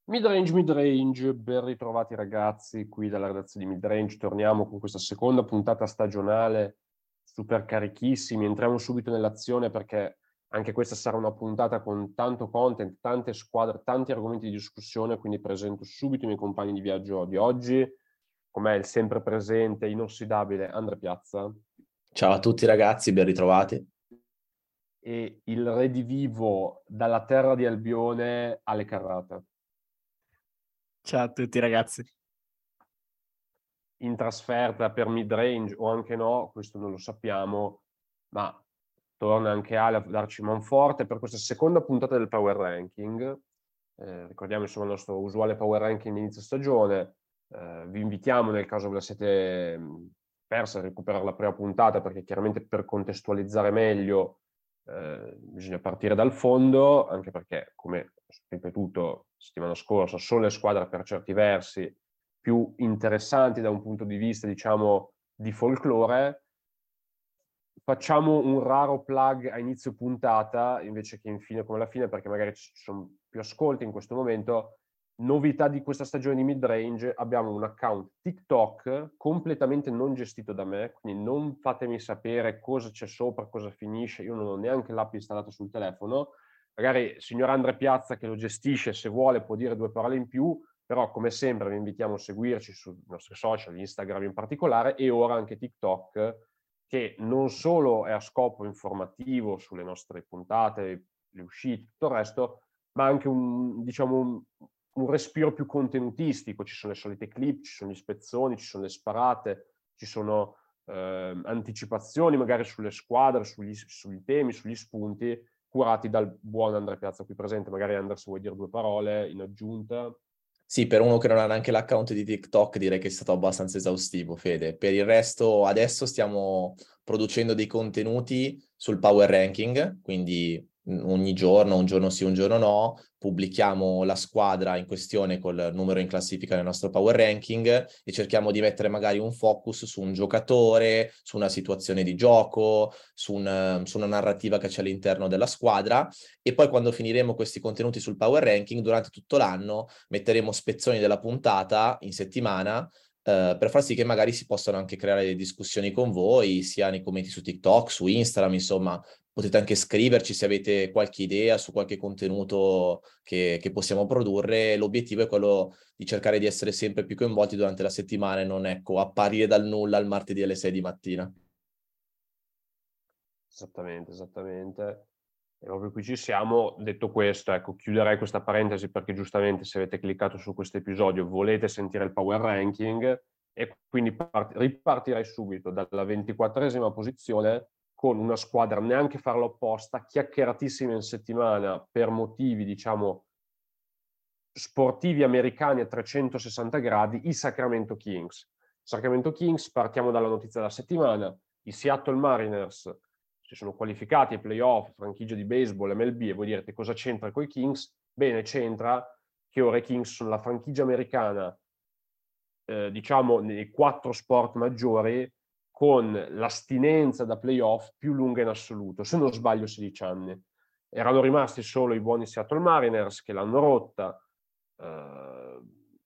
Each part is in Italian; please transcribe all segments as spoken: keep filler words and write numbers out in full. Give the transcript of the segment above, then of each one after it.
Midrange, midrange, ben ritrovati ragazzi qui dalla redazione di Midrange. Torniamo con questa seconda puntata stagionale, super carichissimi. Entriamo subito nell'azione perché anche questa sarà una puntata con tanto content, tante squadre, tanti argomenti di discussione, quindi presento subito i miei compagni di viaggio di oggi. Com'è il sempre presente, inossidabile Andrea Piazza Ciao a tutti ragazzi, ben ritrovati. e il redivivo dalla terra di Albione alle Carrata. Ciao a tutti ragazzi. In trasferta per midrange o anche no, questo non lo sappiamo, ma torna anche Ale a darci manforte per questa seconda puntata del Power Ranking. Eh, ricordiamo insomma il nostro usuale Power Ranking di inizio stagione. Eh, vi invitiamo, nel caso ve la siete persa, a recuperare la prima puntata, perché chiaramente per contestualizzare meglio eh, bisogna partire dal fondo, anche perché, come ho ripetuto settimana scorsa, sono le squadre per certi versi più interessanti da un punto di vista, diciamo, di folklore. Facciamo un raro plug a inizio puntata invece che in fine come alla fine, perché magari ci sono più ascolti in questo momento. Novità di questa stagione di midrange: abbiamo un account TikTok completamente non gestito da me, quindi non fatemi sapere cosa c'è sopra, cosa finisce. Io non ho neanche l'app installata sul telefono. Magari il signor Andrea Piazza, che lo gestisce, se vuole può dire due parole in più, però come sempre vi invitiamo a seguirci sui nostri social, Instagram in particolare, e ora anche TikTok, che non solo è a scopo informativo sulle nostre puntate, le uscite, tutto il resto, ma anche un, diciamo, un, un respiro più contenutistico. Ci sono le solite clip, ci sono gli spezzoni, ci sono le sparate, ci sono eh, anticipazioni magari sulle squadre, sugli, sugli temi, sugli spunti, curati dal buon Andrea Piazza qui presente. Magari Andrea, se vuoi dire due parole in aggiunta. Sì, per uno che non ha neanche l'account di TikTok direi che è stato abbastanza esaustivo, Fede. Per il resto adesso stiamo producendo dei contenuti sul Power Ranking, quindi ogni giorno, un giorno sì, un giorno no, pubblichiamo la squadra in questione col numero in classifica nel nostro Power Ranking e cerchiamo di mettere magari un focus su un giocatore, su una situazione di gioco, su, un, su una narrativa che c'è all'interno della squadra, e poi quando finiremo questi contenuti sul Power Ranking, durante tutto l'anno metteremo spezzoni della puntata in settimana, eh, per far sì che magari si possano anche creare delle discussioni con voi, sia nei commenti su TikTok, su Instagram, insomma, potete anche scriverci se avete qualche idea su qualche contenuto che, che possiamo produrre. L'obiettivo è quello di cercare di essere sempre più coinvolti durante la settimana e non, ecco, apparire dal nulla il martedì alle sei di mattina. Esattamente, esattamente. E proprio qui ci siamo. Detto questo, ecco, chiuderei questa parentesi perché giustamente, se avete cliccato su questo episodio, volete sentire il Power Ranking, e quindi part- ripartirei subito dalla ventiquattresima posizione con una squadra, neanche farla apposta, chiacchieratissima in settimana per motivi, diciamo, sportivi americani a trecentosessanta gradi, i Sacramento Kings. Sacramento Kings, partiamo dalla notizia della settimana: i Seattle Mariners si sono qualificati ai playoff, franchigia di baseball, M L B, e voi direte cosa c'entra con i Kings? Bene, c'entra che ora i Kings sono la franchigia americana, eh, diciamo, nei quattro sport maggiori con l'astinenza da playoff più lunga in assoluto, se non sbaglio sedici anni. Erano rimasti solo i buoni Seattle Mariners, che l'hanno rotta. Uh,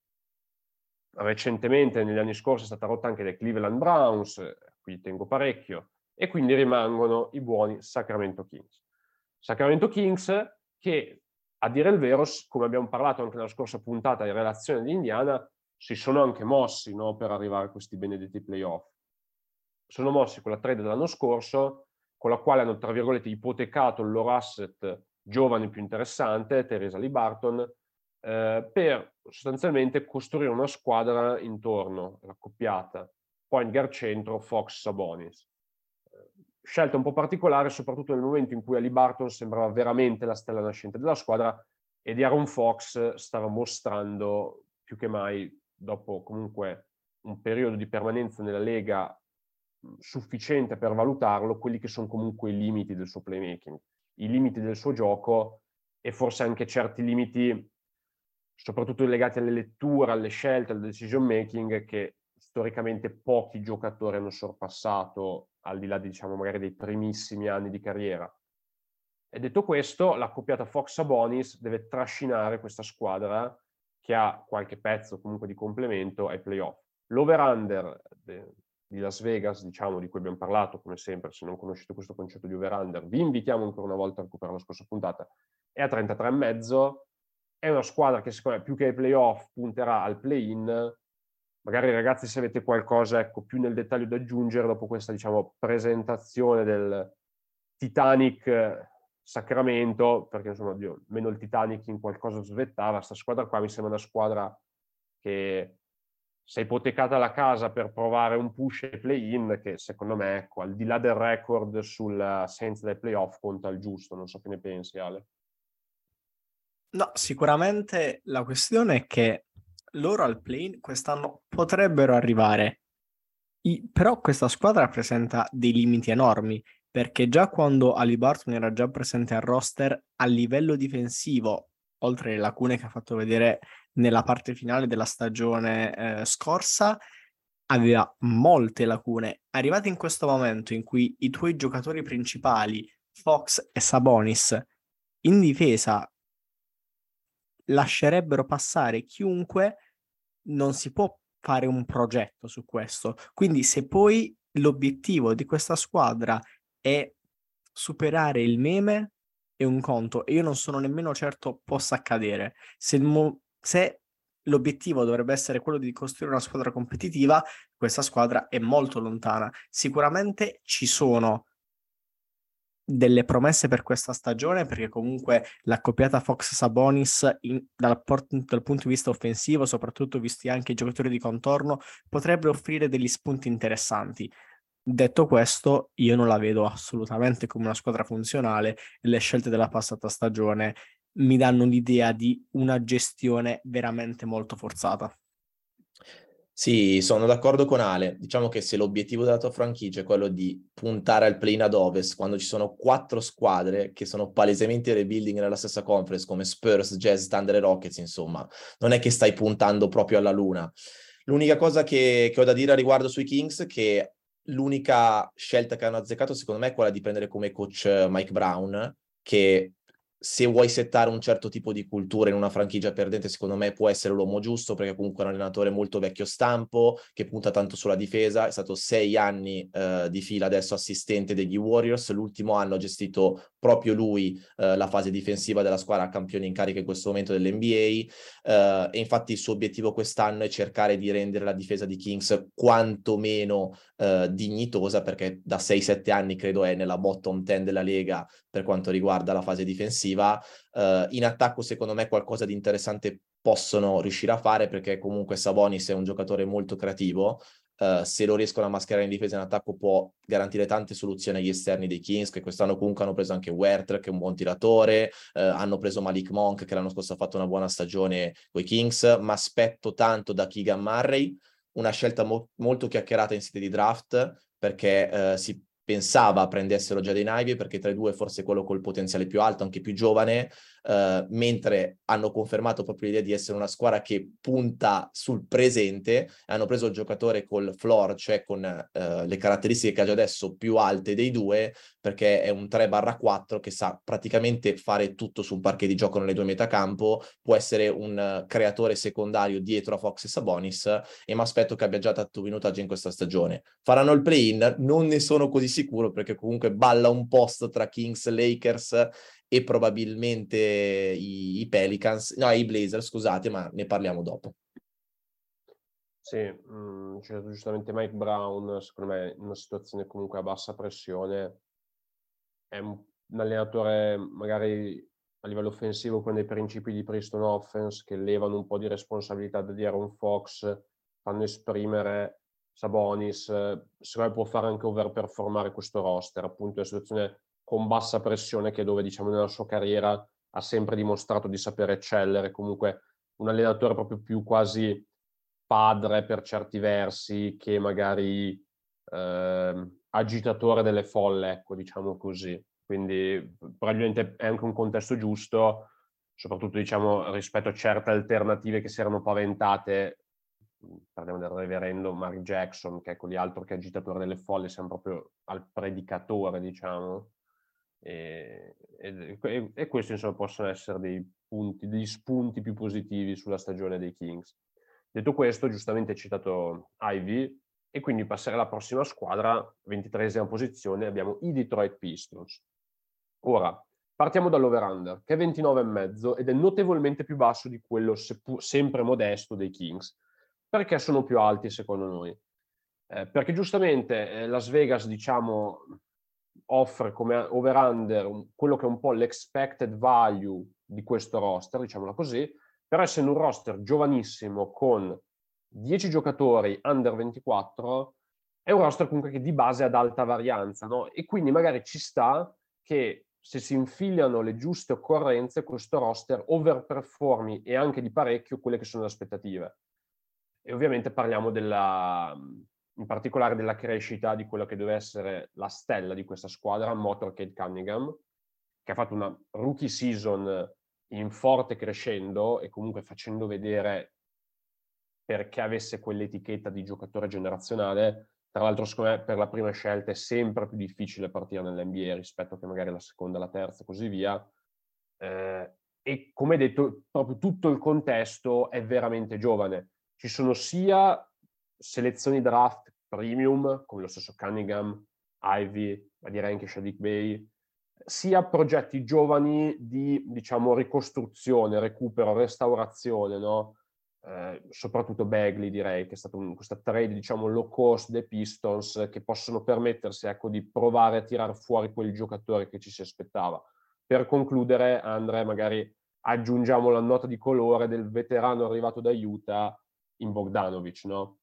recentemente, negli anni scorsi, è stata rotta anche dai Cleveland Browns, qui tengo parecchio, e quindi rimangono i buoni Sacramento Kings. Sacramento Kings che, a dire il vero, come abbiamo parlato anche nella scorsa puntata in relazione di Indiana, si sono anche mossi, no, per arrivare a questi benedetti playoff. Sono mossi con la trade dell'anno scorso, con la quale hanno, tra virgolette, ipotecato il loro asset giovane più interessante, Teresa Lee Barton, eh, per sostanzialmente costruire una squadra intorno all'accoppiata point guard centro Fox Sabonis. Scelta un po' particolare, soprattutto nel momento in cui Ali Barton sembrava veramente la stella nascente della squadra, e di Aaron Fox stava mostrando più che mai, dopo comunque un periodo di permanenza nella Lega sufficiente per valutarlo, quelli che sono comunque i limiti del suo playmaking, i limiti del suo gioco, e forse anche certi limiti soprattutto legati alle letture, alle scelte, al decision making, che storicamente pochi giocatori hanno sorpassato, al di là, diciamo, magari dei primissimi anni di carriera. E detto questo, l'accoppiata Fox Sabonis deve trascinare questa squadra che ha qualche pezzo comunque di complemento ai playoff. L'over-under di Las Vegas, diciamo, di cui abbiamo parlato, come sempre, se non conoscete questo concetto di over-under, vi invitiamo ancora una volta a recuperare la scorsa puntata, è a trentatré e mezzo. È una squadra che secondo me più che ai playoff punterà al play-in. Magari ragazzi, se avete qualcosa, ecco, più nel dettaglio da aggiungere dopo questa, diciamo, presentazione del Titanic Sacramento, perché insomma, Dio, meno il Titanic in qualcosa svettava, sta squadra qua mi sembra una squadra che si è ipotecata la casa per provare un push e play-in, che secondo me, ecco, al di là del record sul senza dei playoff conta il giusto. Non so che ne pensi, Ale. No, sicuramente la questione è che loro al play-in quest'anno potrebbero arrivare, I- però questa squadra presenta dei limiti enormi, perché già quando Haliburton era già presente al roster, a livello difensivo, oltre alle lacune che ha fatto vedere nella parte finale della stagione eh, scorsa, aveva molte lacune. Arrivati in questo momento in cui i tuoi giocatori principali, Fox e Sabonis, in difesa lascerebbero passare chiunque, non si può fare un progetto su questo. Quindi se poi l'obiettivo di questa squadra è superare il meme, è un conto, e io non sono nemmeno certo possa accadere. Se, il mo- se l'obiettivo dovrebbe essere quello di costruire una squadra competitiva, questa squadra è molto lontana. Sicuramente ci sono delle promesse per questa stagione, perché comunque l'accoppiata Fox-Sabonis in, dal, port- dal punto di vista offensivo, soprattutto visti anche i giocatori di contorno, potrebbe offrire degli spunti interessanti. Detto questo, io non la vedo assolutamente come una squadra funzionale e le scelte della passata stagione mi danno l'idea di una gestione veramente molto forzata. Sì, sono d'accordo con Ale. Diciamo che se l'obiettivo della tua franchigia è quello di puntare al play-in ad ovest, quando ci sono quattro squadre che sono palesemente rebuilding nella stessa conference, come Spurs, Jazz, Thunder e Rockets, insomma, non è che stai puntando proprio alla luna. L'unica cosa che, che ho da dire a riguardo sui Kings è che l'unica scelta che hanno azzeccato, secondo me, è quella di prendere come coach Mike Brown, che se vuoi settare un certo tipo di cultura in una franchigia perdente, secondo me può essere l'uomo giusto, perché comunque è un allenatore molto vecchio stampo, che punta tanto sulla difesa. È stato sei anni eh, di fila adesso assistente degli Warriors. L'ultimo anno ha gestito proprio lui eh, la fase difensiva della squadra campione in carica in questo momento dell'N B A, eh, e infatti il suo obiettivo quest'anno è cercare di rendere la difesa di Kings quantomeno eh, dignitosa, perché da sei sette anni credo è nella bottom ten della Lega per quanto riguarda la fase difensiva. Uh, in attacco secondo me qualcosa di interessante possono riuscire a fare, perché comunque Sabonis è un giocatore molto creativo. Uh, se lo riescono a mascherare in difesa e in attacco può garantire tante soluzioni agli esterni dei Kings, che quest'anno comunque hanno preso anche Werther, che è un buon tiratore, uh, hanno preso Malik Monk, che l'anno scorso ha fatto una buona stagione con i Kings, ma aspetto tanto da Keegan Murray, una scelta mo- molto chiacchierata in sede di draft, perché uh, si pensava prendessero Jaden Ivey, perché tra i due forse è quello col potenziale più alto, anche più giovane, eh, mentre hanno confermato proprio l'idea di essere una squadra che punta sul presente. Hanno preso il giocatore col floor, cioè con eh, le caratteristiche che ha già adesso più alte dei due, perché è un tre barra quattro che sa praticamente fare tutto su un parquet di gioco nelle due metacampo, può essere un uh, creatore secondario dietro a Fox e Sabonis, e mi aspetto che abbia già tanto minutaggio in questa stagione. Faranno il play-in? Non ne sono così sicuro, perché comunque balla un posto tra Kings, Lakers e probabilmente i, i Pelicans, no, i Blazers, scusate, ma ne parliamo dopo. Sì, mh, c'è giustamente Mike Brown, secondo me in una situazione comunque a bassa pressione, è un, un allenatore magari a livello offensivo con dei principi di Preston Offense che levano un po' di responsabilità da De'Aaron Fox, fanno esprimere Sabonis, secondo me può fare anche overperformare questo roster, appunto è una situazione con bassa pressione, che dove diciamo nella sua carriera ha sempre dimostrato di saper eccellere, comunque un allenatore proprio più quasi padre per certi versi che magari eh, agitatore delle folle, ecco, diciamo così. Quindi probabilmente è anche un contesto giusto, soprattutto diciamo rispetto a certe alternative che si erano paventate. Parliamo del reverendo Mark Jackson, che ecco di altro che agitatore delle folle, siamo proprio al predicatore, diciamo. E, e, e questi insomma possono essere dei punti, degli spunti più positivi sulla stagione dei Kings. Detto questo, giustamente hai citato Ivy, e quindi passerei alla prossima squadra, ventitreesima posizione, abbiamo i Detroit Pistons. Ora, partiamo dall'over-under, che è ventinove e mezzo ed è notevolmente più basso di quello seppur sempre modesto dei Kings. Perché sono più alti secondo noi? Eh, perché giustamente eh, Las Vegas, diciamo, offre come over-under un, quello che è un po' l'expected value di questo roster, diciamola così, però essendo un roster giovanissimo con dieci giocatori under ventiquattro, è un roster comunque che di base ad alta varianza, no? E quindi magari ci sta che se si infiliano le giuste occorrenze, questo roster overperformi e anche di parecchio quelle che sono le aspettative. E ovviamente parliamo della, in particolare della crescita di quello che deve essere la stella di questa squadra, Motorcade Cunningham, che ha fatto una rookie season in forte crescendo e comunque facendo vedere perché avesse quell'etichetta di giocatore generazionale. Tra l'altro, secondo me, per la prima scelta è sempre più difficile partire nell'N B A rispetto che magari la seconda, la terza e così via. Eh, e come detto, proprio tutto il contesto è veramente giovane. Ci sono sia selezioni draft premium, come lo stesso Cunningham, Ivy, ma direi anche Sadiq Bey, sia progetti giovani di, diciamo, ricostruzione, recupero, restaurazione, no? Eh, soprattutto Bagley, direi, che è stata un, questa trade, diciamo, low cost dei Pistons, che possono permettersi, ecco, di provare a tirare fuori quel giocatore che ci si aspettava. Per concludere, Andre, magari aggiungiamo la nota di colore del veterano arrivato da Utah in Bogdanovic, no?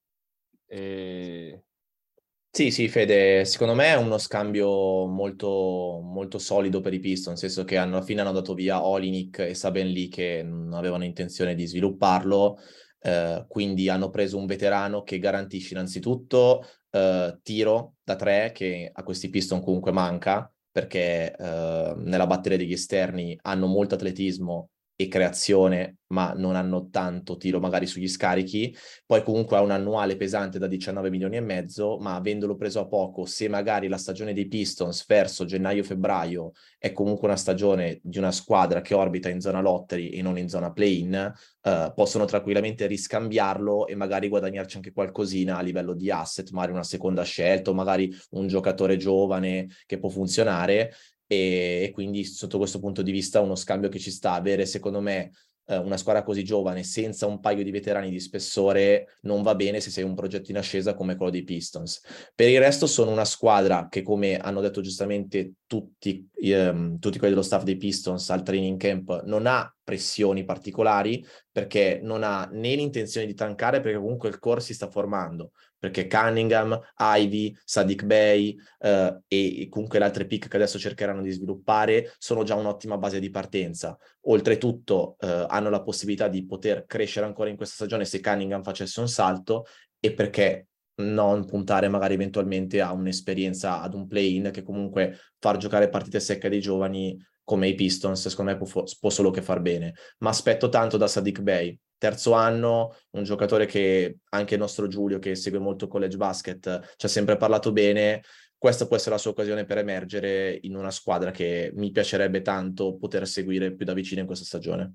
E... Sì, sì, Fede, secondo me è uno scambio molto, molto solido per i Pistons, nel senso che hanno, alla fine hanno dato via Olynyk e Saben Lee che non avevano intenzione di svilupparlo, eh, quindi hanno preso un veterano che garantisce innanzitutto eh, tiro da tre, che a questi Pistons comunque manca, perché eh, nella batteria degli esterni hanno molto atletismo e creazione, ma non hanno tanto tiro magari sugli scarichi. Poi comunque ha un annuale pesante da diciannove milioni e mezzo, ma avendolo preso a poco, se magari la stagione dei Pistons verso gennaio-febbraio è comunque una stagione di una squadra che orbita in zona lottery e non in zona play-in, eh, possono tranquillamente riscambiarlo e magari guadagnarci anche qualcosina a livello di asset, magari una seconda scelta o magari un giocatore giovane che può funzionare. E, e quindi sotto questo punto di vista uno scambio che ci sta. Avere secondo me eh, una squadra così giovane senza un paio di veterani di spessore non va bene se sei un progetto in ascesa come quello dei Pistons. Per il resto sono una squadra che, come hanno detto giustamente tutti, ehm, tutti quelli dello staff dei Pistons al training camp, non ha pressioni particolari perché non ha né l'intenzione di tankare, perché comunque il core si sta formando, perché Cunningham, Ivy, Sadiq Bey eh, e comunque le altre pick che adesso cercheranno di sviluppare sono già un'ottima base di partenza. Oltretutto eh, hanno la possibilità di poter crescere ancora in questa stagione se Cunningham facesse un salto, e perché non puntare magari eventualmente a un'esperienza, ad un play-in, che comunque far giocare partite secche dei giovani come i Pistons secondo me può, può solo che far bene. Ma aspetto tanto da Sadiq Bey, terzo anno, un giocatore che anche il nostro Giulio, che segue molto college basket, ci ha sempre parlato bene. Questa può essere la sua occasione per emergere in una squadra che mi piacerebbe tanto poter seguire più da vicino in questa stagione.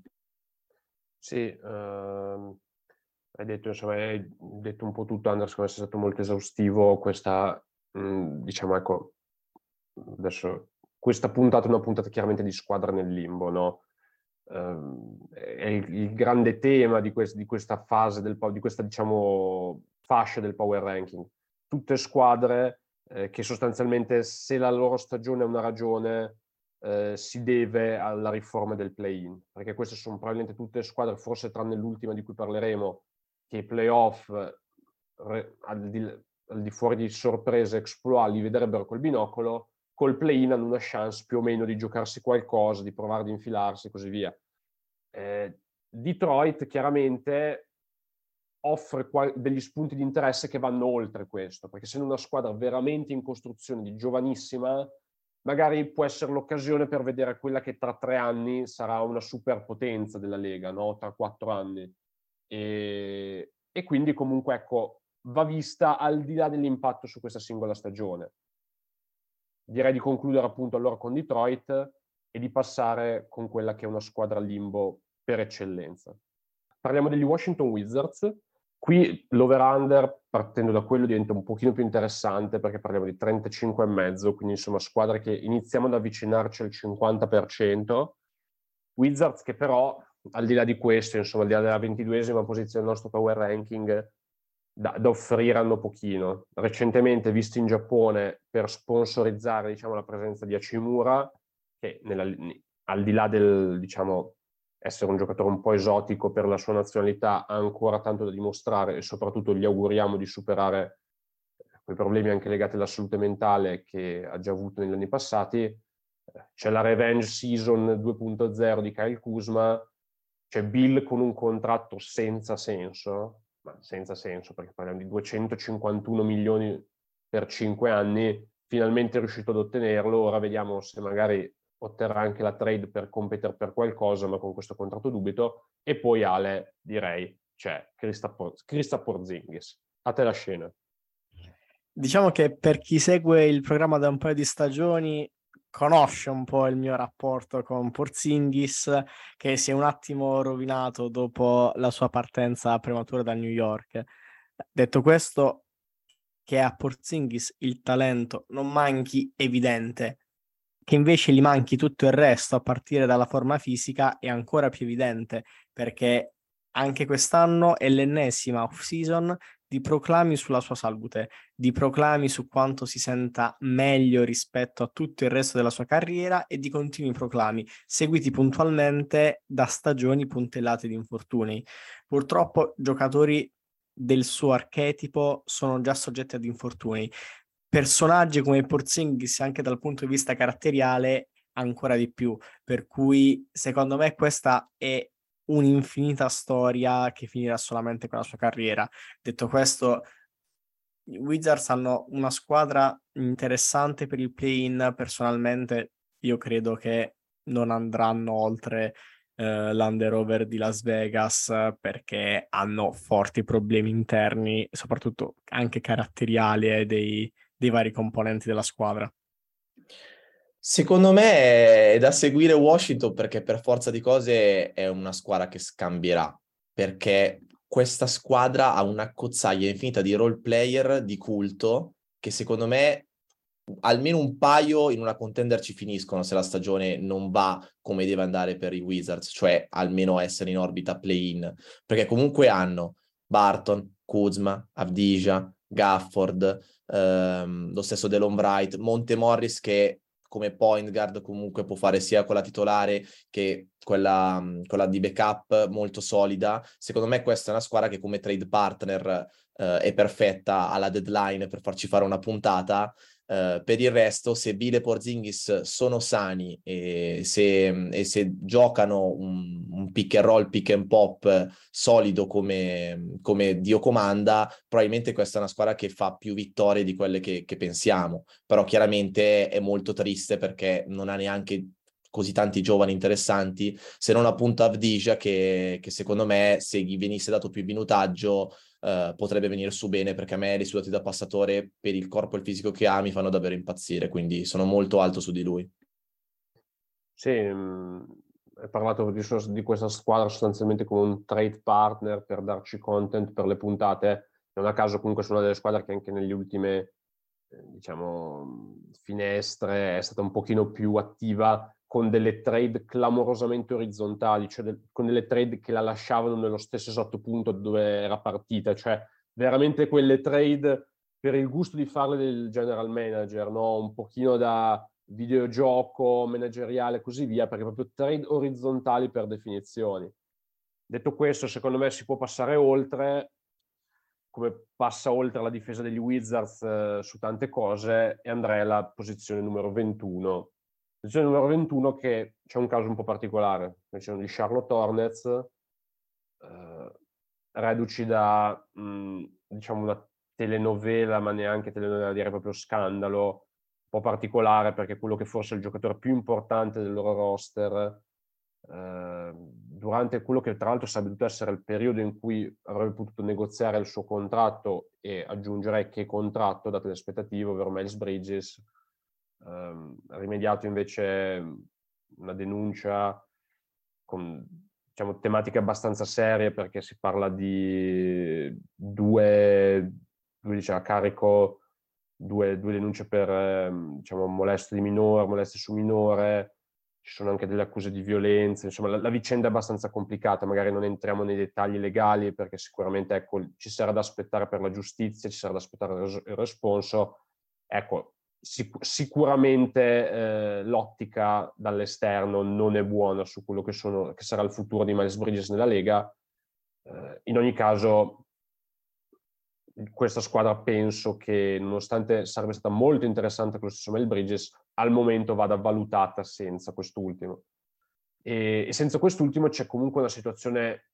Sì, ehm, hai detto, insomma, hai detto un po' tutto, Anders, come sei stato molto esaustivo. Questa, mh, diciamo, ecco, adesso questa puntata è una puntata chiaramente di squadra nel limbo, no? Ehm, è il, il grande tema di, quest, di questa fase, del, di questa, diciamo, fascia del power ranking. Tutte squadre eh, che sostanzialmente, se la loro stagione ha una ragione, eh, si deve alla riforma del play-in, perché queste sono probabilmente tutte squadre, forse tranne l'ultima di cui parleremo, che i playoff, re, al, di, al di fuori di sorprese, exploit, li vedrebbero col binocolo. Col play-in hanno una chance più o meno di giocarsi qualcosa, di provare ad infilarsi e così via. Eh, Detroit chiaramente offre qual- degli spunti di interesse che vanno oltre questo, perché essendo una squadra veramente in costruzione, di giovanissima, magari può essere l'occasione per vedere quella che tra tre anni sarà una superpotenza della Lega, no? Tra quattro anni. E, e quindi comunque, ecco, va vista al di là dell'impatto su questa singola stagione. Direi di concludere appunto allora con Detroit e di passare con quella che è una squadra limbo per eccellenza. Parliamo degli Washington Wizards. Qui l'over-under, partendo da quello, diventa un pochino più interessante perché parliamo di trentacinque e mezzo, quindi insomma squadre che iniziamo ad avvicinarci al cinquanta per cento. Wizards che però, al di là di questo, insomma, al di là della ventiduesima posizione del nostro power ranking, da, da offrire hanno pochino. Recentemente visti in Giappone per sponsorizzare, diciamo, la presenza di Hachimura, che nella, al di là del, diciamo, essere un giocatore un po' esotico per la sua nazionalità, ha ancora tanto da dimostrare e soprattutto gli auguriamo di superare quei problemi anche legati alla salute mentale che ha già avuto negli anni passati. C'è la revenge season due punto zero di Kyle Kuzma, c'è Bill con un contratto senza senso, ma senza senso perché parliamo di duecentocinquantuno milioni per cinque anni, finalmente è riuscito ad ottenerlo, ora vediamo se magari otterrà anche la trade per competere per qualcosa, ma con questo contratto dubito. E poi Ale, direi, c'è Kristaps Porzingis. A te la scena. Diciamo che per chi segue il programma da un paio di stagioni conosce un po' il mio rapporto con Porzingis, che si è un attimo rovinato dopo la sua partenza prematura da New York. Detto questo, che a Porzingis il talento non manchi evidente, che invece gli manchi tutto il resto a partire dalla forma fisica è ancora più evidente, perché anche quest'anno è l'ennesima off-season di proclami sulla sua salute, di proclami su quanto si senta meglio rispetto a tutto il resto della sua carriera e di continui proclami, seguiti puntualmente da stagioni puntellate di infortuni. Purtroppo giocatori del suo archetipo sono già soggetti ad infortuni. Personaggi come Porzingis, anche dal punto di vista caratteriale, ancora di più, per cui secondo me questa è un'infinita storia che finirà solamente con la sua carriera. Detto questo, i Wizards hanno una squadra interessante per il play-in. Personalmente io credo che non andranno oltre eh, l'under-over di Las Vegas perché hanno forti problemi interni, soprattutto anche caratteriali eh, dei, dei vari componenti della squadra. Secondo me è da seguire Washington perché per forza di cose è una squadra che scambierà, perché questa squadra ha una cozzaglia infinita di role player di culto che secondo me almeno un paio in una contender ci finiscono se la stagione non va come deve andare per i Wizards, cioè almeno essere in orbita play-in, perché comunque hanno Barton, Kuzma, Avdija, Gafford, ehm, lo stesso Delon Wright, Monte Morris che come point guard comunque può fare sia quella titolare che quella, quella di backup molto solida. Secondo me questa è una squadra che come trade partner eh, è perfetta alla deadline per farci fare una puntata. Uh, per il resto, se Bill e Porzingis sono sani e se, e se giocano un, un pick and roll, pick and pop solido come, come Dio comanda, probabilmente questa è una squadra che fa più vittorie di quelle che, che pensiamo. Però chiaramente è molto triste perché non ha neanche così tanti giovani interessanti, se non appunto Avdija che, che secondo me se gli venisse dato più minutaggio Uh, potrebbe venire su bene, perché a me i risultati da passatore per il corpo e il fisico che ha mi fanno davvero impazzire, quindi sono molto alto su di lui. Sì, mh, hai parlato di, di questa squadra sostanzialmente come un trade partner per darci content per le puntate. Non a caso comunque sono una delle squadre che anche nelle ultime eh, diciamo finestre è stata un pochino più attiva con delle trade clamorosamente orizzontali, cioè del, con delle trade che la lasciavano nello stesso esatto punto dove era partita, cioè veramente quelle trade per il gusto di farle del general manager, no? Un pochino da videogioco, manageriale e così via, perché proprio trade orizzontali per definizioni. Detto questo, secondo me si può passare oltre, come passa oltre la difesa degli Wizards eh, su tante cose, e andrei alla posizione numero ventuno. Posizione numero ventuno che c'è un caso un po' particolare, ci sono gli Charlotte Hornets, eh, reduci da mh, diciamo una telenovela, ma neanche telenovela, direi proprio scandalo, un po' particolare perché quello che forse è il giocatore più importante del loro roster, eh, durante quello che tra l'altro sarebbe dovuto essere il periodo in cui avrebbe potuto negoziare il suo contratto, e aggiungerei che contratto, date le aspettative, ovvero Miles Bridges, ehm, rimediato invece una denuncia con diciamo, tematiche abbastanza serie, perché si parla di due, due diciamo, a carico, due, due denunce per ehm, diciamo, molestie di minore, molestie su minore, ci sono anche delle accuse di violenza, insomma la, la vicenda è abbastanza complicata, magari non entriamo nei dettagli legali perché sicuramente ecco, ci sarà da aspettare per la giustizia, ci sarà da aspettare il, res- il responso, ecco, sic- sicuramente eh, l'ottica dall'esterno non è buona su quello che, sono, che sarà il futuro di Miles Bridges nella Lega, eh, in ogni caso questa squadra penso che nonostante sarebbe stata molto interessante con lo stesso Miles Bridges, al momento vada valutata senza quest'ultimo. E, e senza quest'ultimo c'è comunque una situazione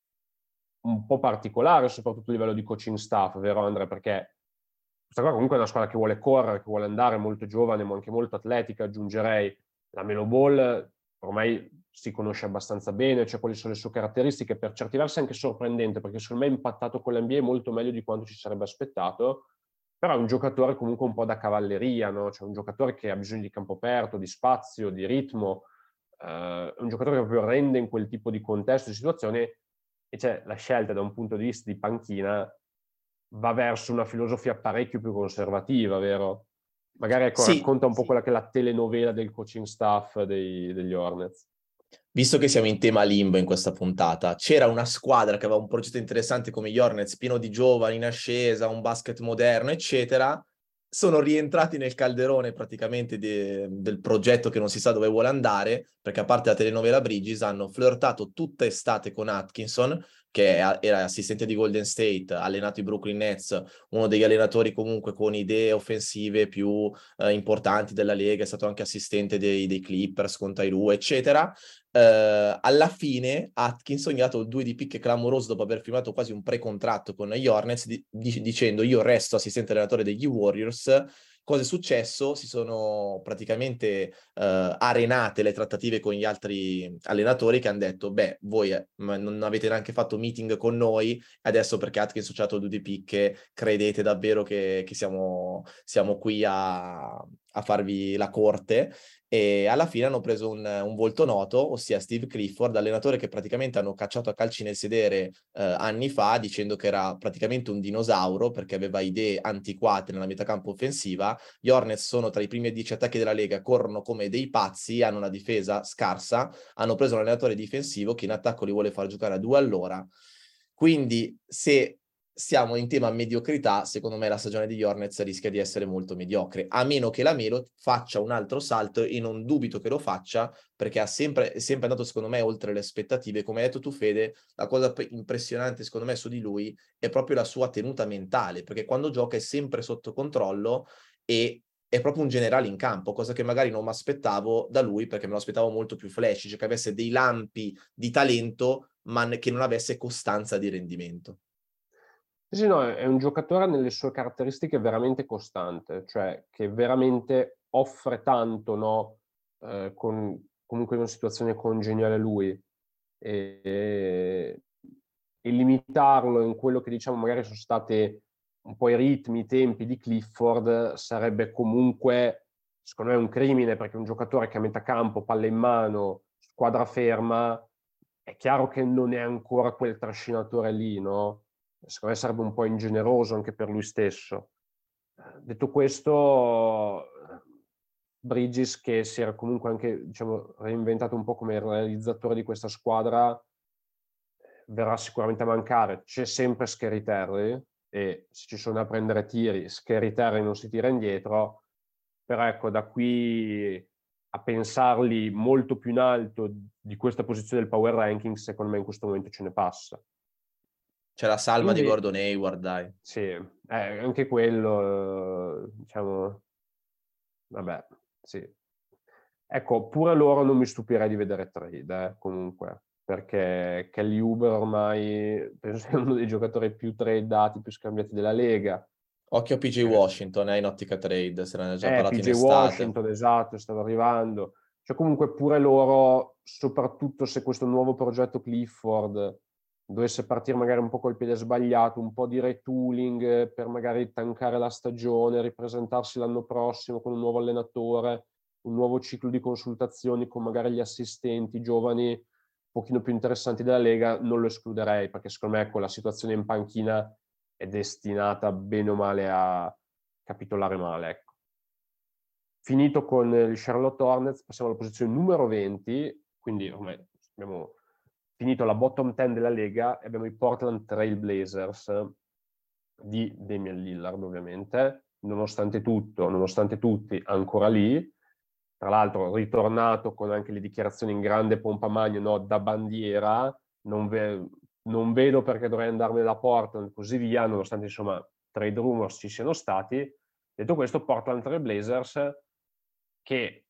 un po' particolare, soprattutto a livello di coaching staff, vero Andrea? Perché questa qua comunque è una squadra che vuole correre, che vuole andare, molto giovane, ma anche molto atletica, aggiungerei la Melo Ball, ormai si conosce abbastanza bene, cioè quali sono le sue caratteristiche, per certi versi anche sorprendente, perché secondo me è impattato con l'N B A molto meglio di quanto ci sarebbe aspettato, però è un giocatore comunque un po' da cavalleria, no? Cioè un giocatore che ha bisogno di campo aperto, di spazio, di ritmo, eh, è un giocatore che proprio rende in quel tipo di contesto, di situazioni, e c'è la scelta da un punto di vista di panchina va verso una filosofia parecchio più conservativa, vero? Magari ecco, Sì, racconta un po' quella che è la telenovela del coaching staff dei, degli Hornets. visto che siamo in tema limbo in questa puntata, c'era una squadra che aveva un progetto interessante come gli Hornets, pieno di giovani in ascesa, un basket moderno, eccetera. Sono rientrati nel calderone praticamente de- del progetto che non si sa dove vuole andare, perché a parte la telenovela Bridges hanno flirtato tutta estate con Atkinson, che era assistente di Golden State, ha allenato i Brooklyn Nets, uno degli allenatori comunque con idee offensive più eh, importanti della Lega, è stato anche assistente dei, dei Clippers con Tyree, eccetera. Uh, alla fine Atkinson gli ha dato il due di picche clamoroso dopo aver firmato quasi un pre-contratto con gli Hornets di- di- dicendo io resto assistente allenatore degli Warriors. Cosa è successo? Si sono praticamente uh, arenate le trattative con gli altri allenatori che hanno detto beh voi eh, non avete neanche fatto meeting con noi, adesso perché Atkinson ci ha dato il due di picche credete davvero che, che siamo, siamo qui a, a farvi la corte? E alla fine hanno preso un, un volto noto, ossia Steve Clifford, allenatore che praticamente hanno cacciato a calci nel sedere eh, anni fa, dicendo che era praticamente un dinosauro perché aveva idee antiquate nella metacampo offensiva. Gli Hornets sono tra i primi dieci attacchi della Lega, corrono come dei pazzi, hanno una difesa scarsa, hanno preso un allenatore difensivo che in attacco li vuole far giocare a due all'ora. Quindi se siamo in tema mediocrità, secondo me la stagione degli Hornets rischia di essere molto mediocre, a meno che la Melo faccia un altro salto, e non dubito che lo faccia, perché ha sempre, è sempre andato secondo me oltre le aspettative. Come hai detto tu Fede, la cosa impressionante secondo me su di lui è proprio la sua tenuta mentale, perché quando gioca è sempre sotto controllo e è proprio un generale in campo, cosa che magari non mi aspettavo da lui, perché me lo aspettavo molto più flash, cioè che avesse dei lampi di talento, ma che non avesse costanza di rendimento. Sì, no, è un giocatore nelle sue caratteristiche veramente costante, cioè che veramente offre tanto, no? Eh, con, comunque in una situazione congeniale a lui. E, e, e limitarlo in quello che diciamo magari sono stati un po' i ritmi, i tempi di Clifford sarebbe comunque, secondo me, un crimine, perché un giocatore che a metà campo, palla in mano, squadra ferma, è chiaro che non è ancora quel trascinatore lì, no? Secondo me sarebbe un po' ingeneroso anche per lui stesso. Detto questo, Bridges, che si era comunque anche, diciamo, reinventato un po' come realizzatore di questa squadra, verrà sicuramente a mancare. C'è sempre Scary Terry, e se ci sono a prendere tiri, Scary Terry non si tira indietro, però ecco, da qui a pensarli molto più in alto di questa posizione del power ranking, secondo me in questo momento ce ne passa. C'è la salma Inve- di Gordon Hayward, dai. Sì, eh, anche quello, eh, diciamo, vabbè, sì. Ecco, pure loro non mi stupirei di vedere trade, eh, comunque, perché Kelly Oubre ormai penso sia uno dei giocatori più tradati, più scambiati della Lega. Occhio a P J Eh, Washington, eh, in ottica trade, se ne è già eh, parlato in P J estate. Washington, esatto, stava arrivando. Cioè comunque pure loro, soprattutto se questo nuovo progetto Clifford dovesse partire magari un po' col piede sbagliato, un po' di retooling per magari tankare la stagione, ripresentarsi l'anno prossimo con un nuovo allenatore, un nuovo ciclo di consultazioni con magari gli assistenti giovani, pochino più interessanti della Lega, non lo escluderei, perché secondo me con la situazione in panchina è destinata bene o male a capitolare male, ecco. Finito con il Charlotte Hornets, passiamo alla posizione numero venti, quindi ormai abbiamo finito la bottom dieci della Lega e abbiamo i Portland Trail Blazers di Damian Lillard, ovviamente, nonostante tutto, nonostante tutti, ancora lì. Tra l'altro ritornato con anche le dichiarazioni in grande pompa magna, no, da bandiera, non, ve- non vedo perché dovrei andarmene da Portland, così via, nonostante insomma trade rumors ci siano stati. Detto questo, Portland Trail Blazers che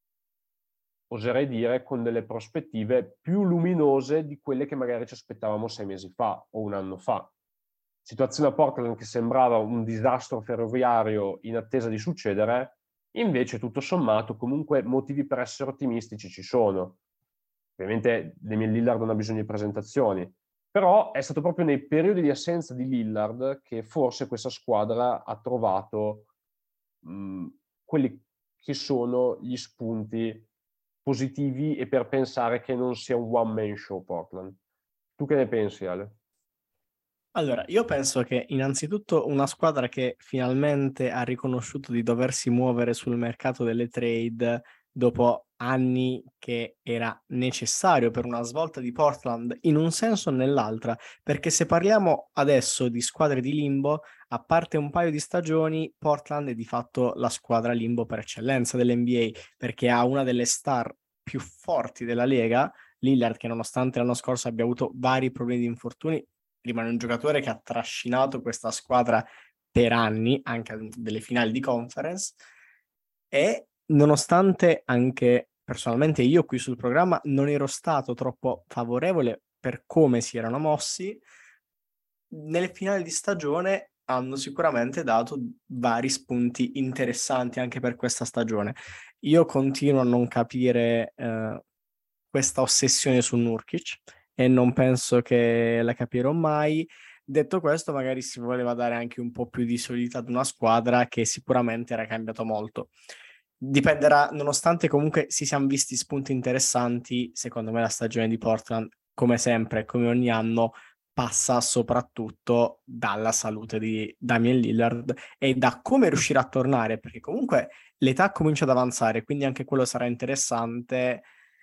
oserei dire con delle prospettive più luminose di quelle che magari ci aspettavamo sei mesi fa o un anno fa. Situazione a Portland che sembrava un disastro ferroviario in attesa di succedere, invece tutto sommato comunque motivi per essere ottimistici ci sono. Ovviamente Damian Lillard non ha bisogno di presentazioni, però è stato proprio nei periodi di assenza di Lillard che forse questa squadra ha trovato mh, quelli che sono gli spunti positivi e per pensare che non sia un one man show Portland. Tu che ne pensi, Ale? Allora, io penso che innanzitutto una squadra che finalmente ha riconosciuto di doversi muovere sul mercato delle trade dopo anni che era necessario per una svolta di Portland in un senso o nell'altra, perché se parliamo adesso di squadre di limbo, a parte un paio di stagioni, Portland è di fatto la squadra limbo per eccellenza dell'N B A, perché ha una delle star più forti della Lega, Lillard, che nonostante l'anno scorso abbia avuto vari problemi di infortuni, rimane un giocatore che ha trascinato questa squadra per anni, anche a delle finali di conference, e nonostante anche personalmente io qui sul programma non ero stato troppo favorevole per come si erano mossi, nelle finali di stagione hanno sicuramente dato vari spunti interessanti anche per questa stagione. Io continuo a non capire eh, questa ossessione su Nurkic e non penso che la capirò mai. Detto questo, magari si voleva dare anche un po' più di solidità ad una squadra che sicuramente era cambiato molto. Dipenderà, nonostante comunque si siano visti spunti interessanti, secondo me la stagione di Portland, come sempre, come ogni anno, passa soprattutto dalla salute di Damian Lillard e da come riuscirà a tornare, perché comunque l'età comincia ad avanzare, quindi anche quello sarà interessante.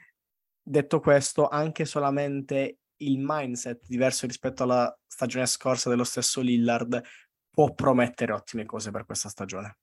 Detto questo, anche solamente il mindset diverso rispetto alla stagione scorsa dello stesso Lillard può promettere ottime cose per questa stagione.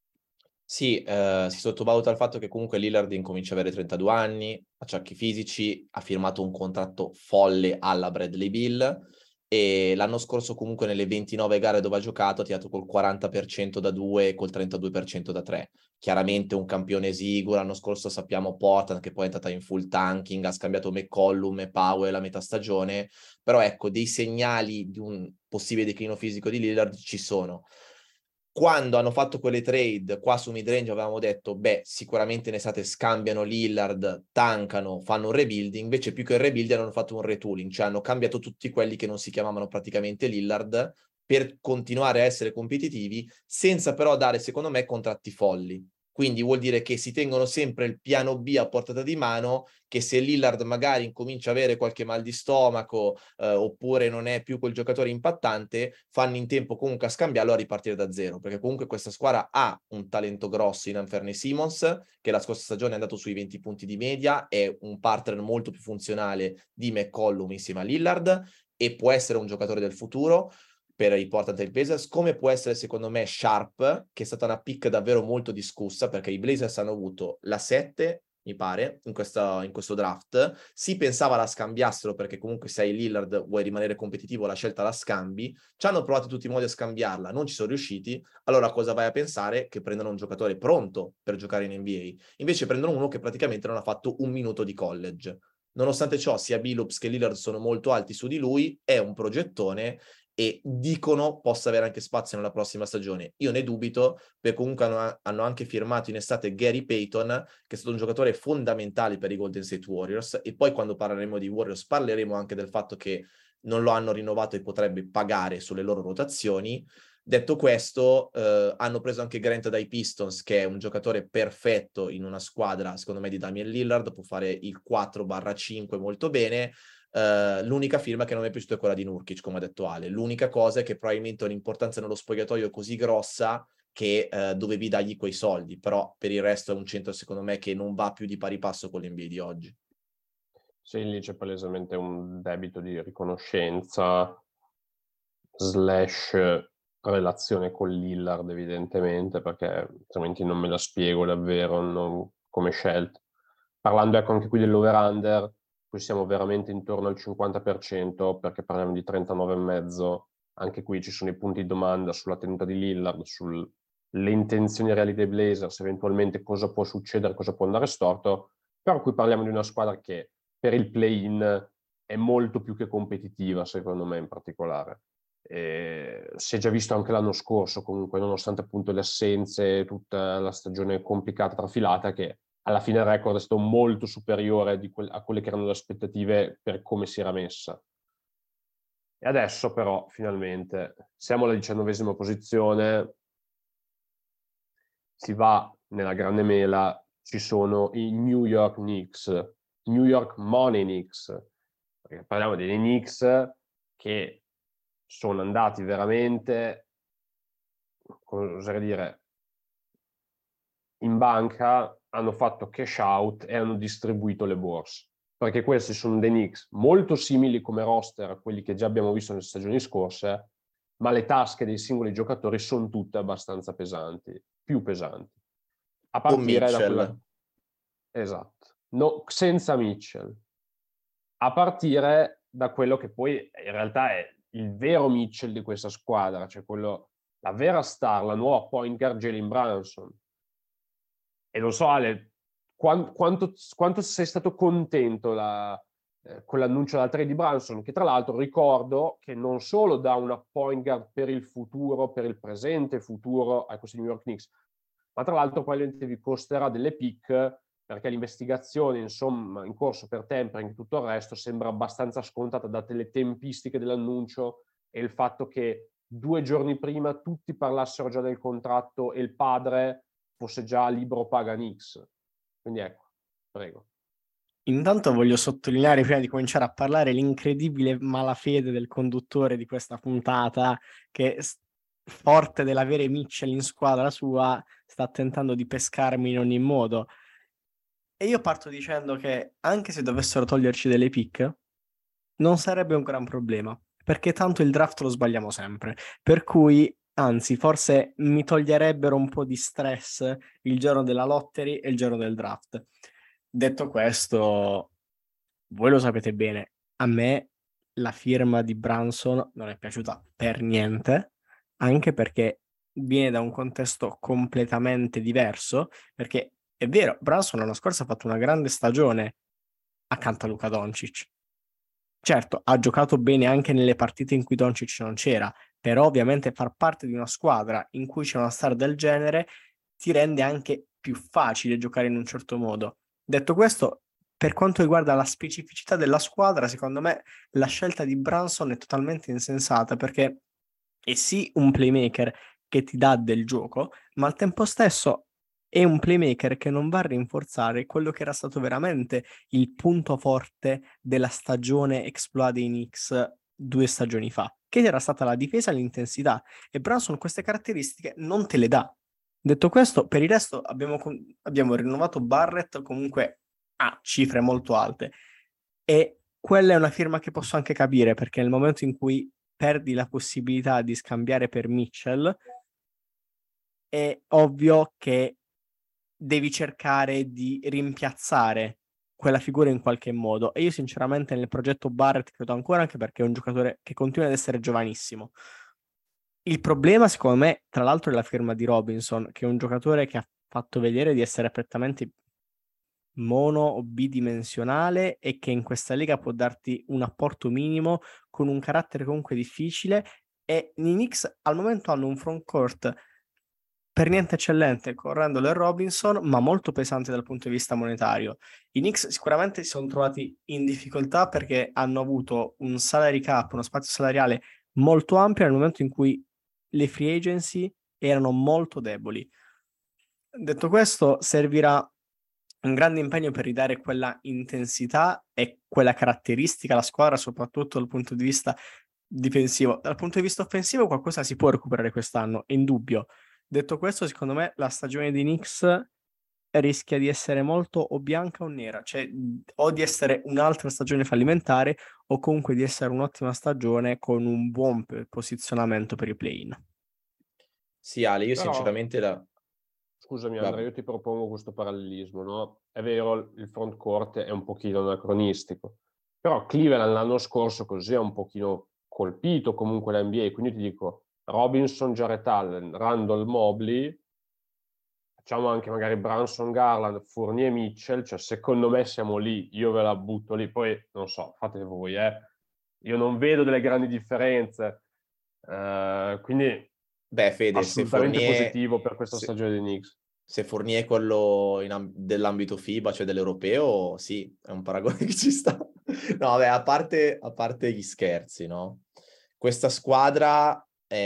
Sì, eh, si sottovaluta il fatto che comunque Lillard incomincia ad avere trentadue anni, acciacchi fisici, ha firmato un contratto folle alla Bradley Beal e l'anno scorso comunque nelle ventinove gare dove ha giocato ha tirato col quaranta per cento da due e col trentadue per cento da tre. Chiaramente un campione esiguo, l'anno scorso sappiamo Portland che poi è entrata in full tanking, ha scambiato McCollum e Powell a metà stagione, però ecco, dei segnali di un possibile declino fisico di Lillard ci sono. Quando hanno fatto quelle trade qua su midrange avevamo detto beh sicuramente in estate scambiano Lillard, tankano, fanno un rebuilding, invece più che il rebuilding hanno fatto un retooling, cioè hanno cambiato tutti quelli che non si chiamavano praticamente Lillard per continuare a essere competitivi senza però dare secondo me contratti folli. Quindi vuol dire che si tengono sempre il piano B a portata di mano, che se Lillard magari incomincia a avere qualche mal di stomaco eh, oppure non è più quel giocatore impattante, fanno in tempo comunque a scambiarlo a ripartire da zero, perché comunque questa squadra ha un talento grosso in Anthony Simons, che la scorsa stagione è andato sui venti punti di media, è un partner molto più funzionale di McCollum insieme a Lillard e può essere un giocatore del futuro per i Portland Trail Blazers, come può essere secondo me Sharp, che è stata una pick davvero molto discussa, perché i Blazers hanno avuto la sette, mi pare, in, questa, in questo draft. Si pensava la scambiassero, perché comunque se hai Lillard vuoi rimanere competitivo, la scelta la scambi. Ci hanno provato in tutti i modi a scambiarla, non ci sono riusciti. Allora cosa vai a pensare? Che prendono un giocatore pronto per giocare in N B A. Invece prendono uno che praticamente non ha fatto un minuto di college. Nonostante ciò, sia Billups che Lillard sono molto alti su di lui, è un progettone e dicono possa avere anche spazio nella prossima stagione. Io ne dubito, perché comunque hanno, hanno anche firmato in estate Gary Payton, che è stato un giocatore fondamentale per i Golden State Warriors, e poi quando parleremo di Warriors parleremo anche del fatto che non lo hanno rinnovato e potrebbe pagare sulle loro rotazioni. Detto questo, eh, hanno preso anche Grant dai Pistons, che è un giocatore perfetto in una squadra, secondo me, di Damian Lillard, può fare il quattro cinque molto bene. Uh, l'unica firma che non mi è piaciuta è quella di Nurkic, come ha detto Ale. L'unica cosa è che probabilmente ha un'importanza nello spogliatoio così grossa che uh, dovevi dargli quei soldi, però per il resto è un centro, secondo me, che non va più di pari passo con l'N B A di oggi. Sì, lì c'è palesemente un debito di riconoscenza slash relazione con Lillard, evidentemente, perché altrimenti non me la spiego davvero non, come scelta. Parlando ecco anche qui dell'over-under, qui siamo veramente intorno al cinquanta per cento, perché parliamo di trentanove e mezzo. Anche qui ci sono i punti di domanda sulla tenuta di Lillard, sulle intenzioni reali dei Blazers, eventualmente cosa può succedere, cosa può andare storto. Però qui parliamo di una squadra che per il play-in è molto più che competitiva, secondo me in particolare. Eh, si è già visto anche l'anno scorso, comunque, nonostante appunto le assenze, tutta la stagione complicata, trafilata, che alla fine il record è stato molto superiore di que- a quelle che erano le aspettative per come si era messa. E adesso però, finalmente, siamo alla diciannovesima posizione, si va nella grande mela, ci sono i New York Knicks, New York Money Knicks, perché parliamo dei Knicks che sono andati veramente, come oserei dire, in banca, hanno fatto cash out e hanno distribuito le borse, perché questi sono dei Knicks molto simili come roster a quelli che già abbiamo visto nelle stagioni scorse, ma le tasche dei singoli giocatori sono tutte abbastanza pesanti, più pesanti. A partire da quella... Esatto. No, senza Mitchell. A partire da quello che poi in realtà è il vero Mitchell di questa squadra, cioè quello, la vera star, la nuova point guard Jalen Brunson. E non so, Ale, quanto, quanto, quanto sei stato contento la, eh, con l'annuncio della trade di Brunson, che tra l'altro ricordo che non solo dà una point guard per il futuro, per il presente e futuro a questi New York Knicks, ma tra l'altro probabilmente vi costerà delle pick, perché l'investigazione, insomma, in corso per tempering e tutto il resto sembra abbastanza scontata, date le tempistiche dell'annuncio e il fatto che due giorni prima tutti parlassero già del contratto e il padre fosse già libero paga Knicks. Quindi ecco, prego. Intanto voglio sottolineare, prima di cominciare a parlare, l'incredibile malafede del conduttore di questa puntata, che forte dell'avere Mitchell in squadra sua sta tentando di pescarmi in ogni modo. E io parto dicendo che anche se dovessero toglierci delle pick, non sarebbe un gran problema, perché tanto il draft lo sbagliamo sempre. Per cui, anzi, forse mi toglierebbero un po' di stress il giorno della lottery e il giorno del draft. Detto questo, voi lo sapete bene, a me la firma di Brunson non è piaciuta per niente, anche perché viene da un contesto completamente diverso, perché è vero, Brunson l'anno scorso ha fatto una grande stagione accanto a Luka Doncic. Certo, ha giocato bene anche nelle partite in cui Doncic non c'era, però ovviamente far parte di una squadra in cui c'è una star del genere ti rende anche più facile giocare in un certo modo. Detto questo, per quanto riguarda la specificità della squadra, secondo me la scelta di Brunson è totalmente insensata, perché è sì un playmaker che ti dà del gioco, ma al tempo stesso è un playmaker che non va a rinforzare quello che era stato veramente il punto forte della stagione exploit dei Knicks due stagioni fa, che era stata la difesa e l'intensità, e Brunson queste caratteristiche non te le dà. Detto questo, per il resto abbiamo, abbiamo rinnovato Barrett comunque a cifre molto alte, e quella è una firma che posso anche capire, perché nel momento in cui perdi la possibilità di scambiare per Mitchell, è ovvio che devi cercare di rimpiazzare quella figura in qualche modo. E io sinceramente nel progetto Barrett credo ancora, anche perché è un giocatore che continua ad essere giovanissimo. Il problema, secondo me, tra l'altro, è la firma di Robinson, che è un giocatore che ha fatto vedere di essere prettamente mono o bidimensionale e che in questa lega può darti un apporto minimo, con un carattere comunque difficile, e i Knicks al momento hanno un front court per niente eccellente con Randle e Robinson, ma molto pesante dal punto di vista monetario. I Knicks sicuramente si sono trovati in difficoltà perché hanno avuto un salary cap, uno spazio salariale molto ampio nel momento in cui le free agency erano molto deboli. Detto questo, servirà un grande impegno per ridare quella intensità e quella caratteristica alla squadra, soprattutto dal punto di vista difensivo. Dal punto di vista offensivo qualcosa si può recuperare quest'anno, è indubbio. Detto questo, secondo me la stagione dei Knicks rischia di essere molto o bianca o nera, cioè o di essere un'altra stagione fallimentare o comunque di essere un'ottima stagione con un buon p- posizionamento per i play-in. Sì, Ale, io Però, sinceramente la... scusami va- Andrea, io ti propongo questo parallelismo, no? È vero, il front court è un pochino anacronistico, però Cleveland l'anno scorso così ha un pochino colpito comunque la N B A, quindi ti dico Robinson, Jarrett Allen, Randall, Mobley, facciamo anche magari Branson, Garland, Fournier, Mitchell, cioè secondo me siamo lì, io ve la butto lì, poi non so, fate voi, eh. Io non vedo delle grandi differenze, eh, quindi Beh, Fede, se assolutamente Fournier... positivo per questa se- stagione dei Knicks. Se Fournier è quello in am- dell'ambito FIBA, cioè dell'europeo, sì, è un paragone che ci sta. No, beh, a parte, a parte gli scherzi, no? Questa squadra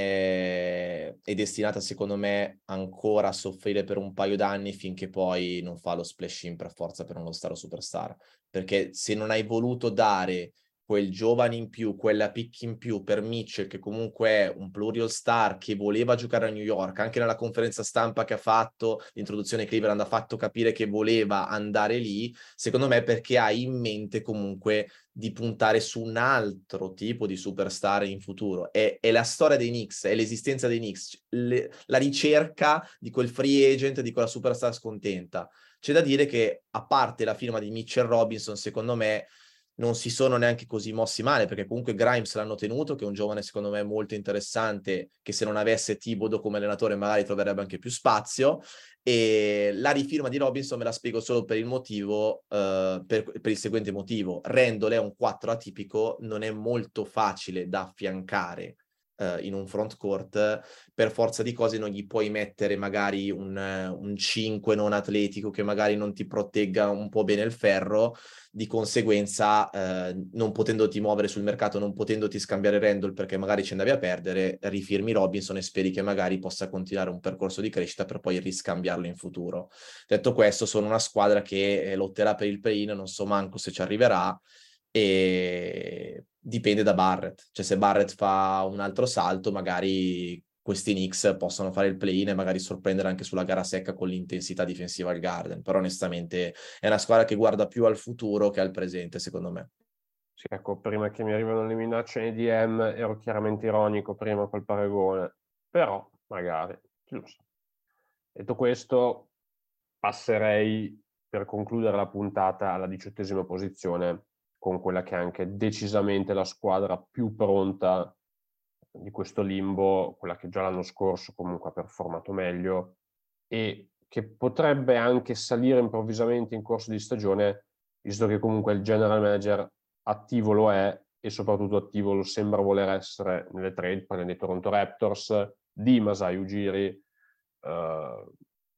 è, è destinata, secondo me, ancora a soffrire per un paio d'anni finché poi non fa lo splash in per forza per uno star o superstar. Perché se non hai voluto dare quel giovane in più, quella pick in più per Mitchell, che comunque è un plurial star, che voleva giocare a New York, anche nella conferenza stampa che ha fatto, l'introduzione Cleveland ha fatto capire che voleva andare lì, secondo me perché ha in mente comunque di puntare su un altro tipo di superstar in futuro. È, è la storia dei Knicks, è l'esistenza dei Knicks, le, la ricerca di quel free agent, di quella superstar scontenta. C'è da dire che, a parte la firma di Mitchell Robinson, secondo me non si sono neanche così mossi male, perché comunque Grimes l'hanno tenuto, che è un giovane secondo me molto interessante, che se non avesse Thibodeau come allenatore magari troverebbe anche più spazio, e la rifirma di Robinson me la spiego solo per il motivo, eh, per, per il seguente motivo. Randle è un quattro atipico, non è molto facile da affiancare Uh, in un front court, per forza di cose non gli puoi mettere magari un, un cinque non atletico che magari non ti protegga un po' bene il ferro, di conseguenza uh, non potendoti muovere sul mercato, non potendoti scambiare Randle perché magari ci andavi a perdere, rifirmi Robinson e speri che magari possa continuare un percorso di crescita per poi riscambiarlo in futuro. Detto questo, sono una squadra che eh, lotterà per il play-in, non so manco se ci arriverà, e dipende da Barrett, cioè se Barrett fa un altro salto magari questi Knicks possono fare il play-in e magari sorprendere anche sulla gara secca con l'intensità difensiva al Garden, però onestamente è una squadra che guarda più al futuro che al presente, secondo me. Sì, ecco, prima che mi arrivano le minacce nei D M ero chiaramente ironico prima col paragone, però magari, chi lo sa. Detto questo, passerei per concludere la puntata alla diciottesima posizione con quella che è anche decisamente la squadra più pronta di questo limbo, quella che già l'anno scorso comunque ha performato meglio e che potrebbe anche salire improvvisamente in corso di stagione, visto che comunque il general manager attivo lo è e soprattutto attivo lo sembra voler essere nelle trade, parliamo dei Toronto Raptors, di Masai Ujiri, eh,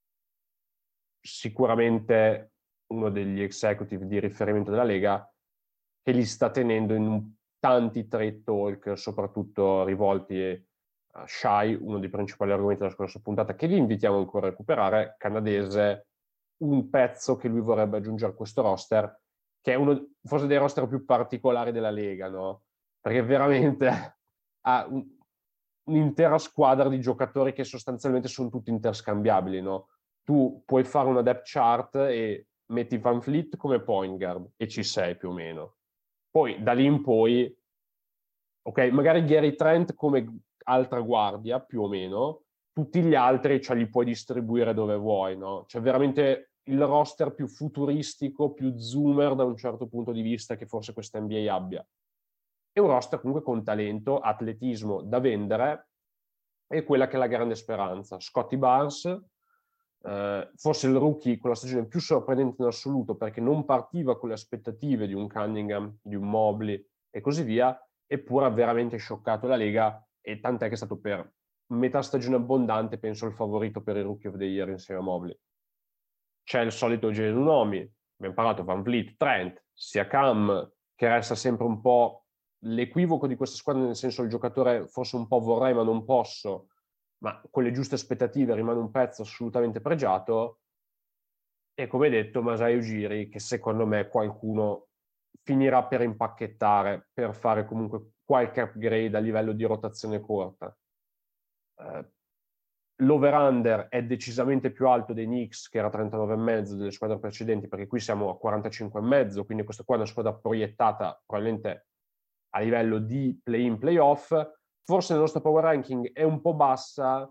sicuramente uno degli executive di riferimento della Lega, che li sta tenendo in un, tanti trade talk, soprattutto rivolti a Shai, uno dei principali argomenti della scorsa puntata, che vi invitiamo ancora a recuperare, canadese, un pezzo che lui vorrebbe aggiungere a questo roster, che è uno forse dei roster più particolari della Lega, no? Perché veramente ha un, un'intera squadra di giocatori che sostanzialmente sono tutti interscambiabili, no? Tu puoi fare una depth chart e metti Van Fleet come point guard e ci sei più o meno. Poi da lì in poi, ok, magari Gary Trent come altra guardia più o meno, tutti gli altri ce li puoi distribuire dove vuoi, no? C'è veramente il roster più futuristico, più zoomer da un certo punto di vista che forse questa N B A abbia. È un roster comunque con talento, atletismo da vendere e quella che è la grande speranza. Scotty Barnes, eh, forse il rookie con la stagione più sorprendente in assoluto perché non partiva con le aspettative di un Cunningham, di un Mobley e così via, eppure ha veramente scioccato la Lega e tant'è che è stato per metà stagione abbondante, penso il favorito per il Rookie of the Year insieme a Mobley. C'è il solito genere di nomi, abbiamo parlato Van Vliet, Trent, Siakam, che resta sempre un po' l'equivoco di questa squadra, nel senso il giocatore forse un po' vorrei ma non posso, ma con le giuste aspettative rimane un pezzo assolutamente pregiato. E come detto Masai Ujiri, che secondo me qualcuno finirà per impacchettare per fare comunque qualche upgrade a livello di rotazione corta. Uh, L'over-under è decisamente più alto dei Knicks, che era trentanove e mezzo delle squadre precedenti, perché qui siamo a quarantacinque e mezzo, quindi questa qua è una squadra proiettata probabilmente a livello di play-in, play-off. Forse il nostro power ranking è un po' bassa,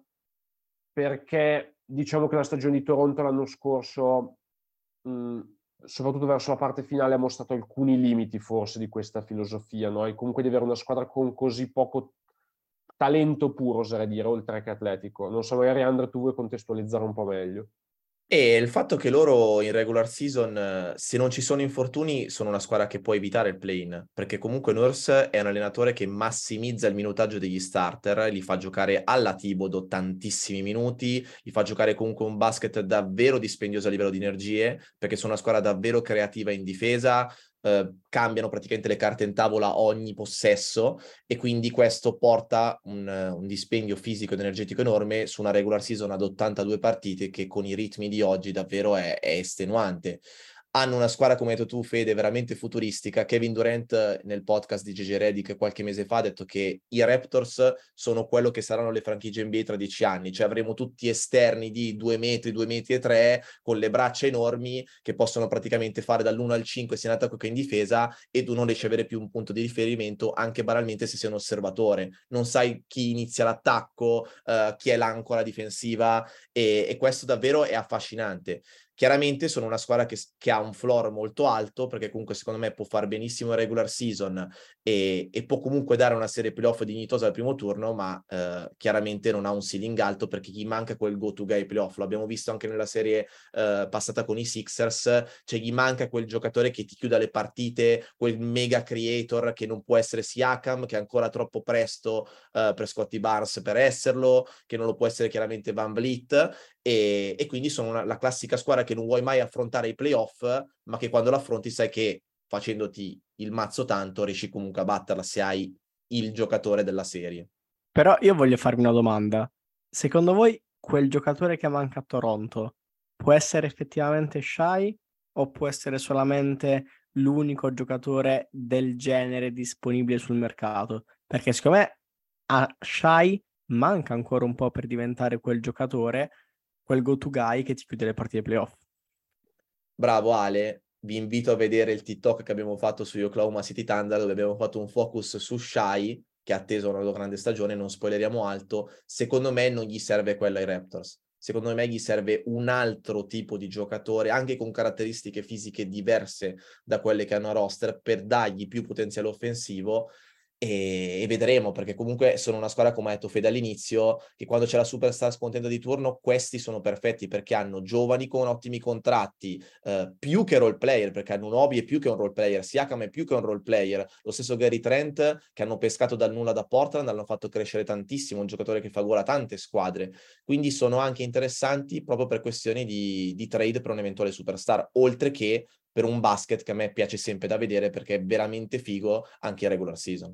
perché diciamo che la stagione di Toronto l'anno scorso, mh, soprattutto verso la parte finale, ha mostrato alcuni limiti forse di questa filosofia, no? E comunque di avere una squadra con così poco talento puro, oserei dire, oltre che atletico. Non so, magari Andrea, tu vuoi contestualizzare un po' meglio? E il fatto che loro in regular season, se non ci sono infortuni, sono una squadra che può evitare il play-in, perché comunque Nurse è un allenatore che massimizza il minutaggio degli starter, li fa giocare alla Thibodeau tantissimi minuti, li fa giocare comunque un basket davvero dispendioso a livello di energie, perché sono una squadra davvero creativa in difesa, eh, cambiano praticamente le carte in tavola ogni possesso, e quindi questo porta un, un dispendio fisico ed energetico enorme su una regular season ad ottantadue partite, che con i ritmi di oggi davvero è, è estenuante. Hanno una squadra, come hai detto tu, Fede, veramente futuristica. Kevin Durant nel podcast di J J Redick qualche mese fa ha detto che i Raptors sono quello che saranno le franchigie N B A tra dieci anni, cioè avremo tutti esterni di due metri, due metri e tre, con le braccia enormi, che possono praticamente fare dall'uno al cinque sia in attacco che in difesa, e tu non riesci ad avere più un punto di riferimento, anche banalmente se sei un osservatore. Non sai chi inizia l'attacco, uh, chi è l'ancora difensiva, e, e questo davvero è affascinante. Chiaramente sono una squadra che, che ha un floor molto alto, perché comunque secondo me può fare benissimo in regular season e, e può comunque dare una serie playoff dignitosa al primo turno, ma eh, chiaramente non ha un ceiling alto, perché gli manca quel go-to guy playoff. Lo abbiamo visto anche nella serie eh, passata con i Sixers, cioè gli manca quel giocatore che ti chiuda le partite, quel mega creator che non può essere Siakam, che è ancora troppo presto eh, per Scottie Barnes per esserlo, che non lo può essere chiaramente Van Vliet. E, e quindi sono una, la classica squadra che non vuoi mai affrontare i playoff, ma che quando l'affronti sai che facendoti il mazzo tanto riesci comunque a batterla se hai il giocatore della serie. Però io voglio farvi una domanda. Secondo voi quel giocatore che manca a Toronto può essere effettivamente Shai, o può essere solamente l'unico giocatore del genere disponibile sul mercato? Perché secondo me a Shai manca ancora un po' per diventare quel giocatore, quel go-to guy che ti chiude le partite playoff. Bravo Ale, vi invito a vedere il TikTok che abbiamo fatto su Oklahoma City Thunder, dove abbiamo fatto un focus su Shai, che ha atteso una grande stagione, non spoileriamo alto. Secondo me non gli serve quello ai Raptors. Secondo me gli serve un altro tipo di giocatore, anche con caratteristiche fisiche diverse da quelle che hanno a roster, per dargli più potenziale offensivo. E, e vedremo, perché comunque sono una squadra, come ha detto Fede all'inizio, che quando c'è la superstar scontenta di turno, questi sono perfetti, perché hanno giovani con ottimi contratti, eh, più che role player, perché hanno un Obi è più che un role player, Siakam è più che un role player, lo stesso Gary Trent, che hanno pescato dal nulla da Portland, hanno fatto crescere tantissimo, un giocatore che fa gola a tante squadre, quindi sono anche interessanti proprio per questioni di, di trade per un eventuale superstar, oltre che per un basket che a me piace sempre da vedere, perché è veramente figo anche in regular season.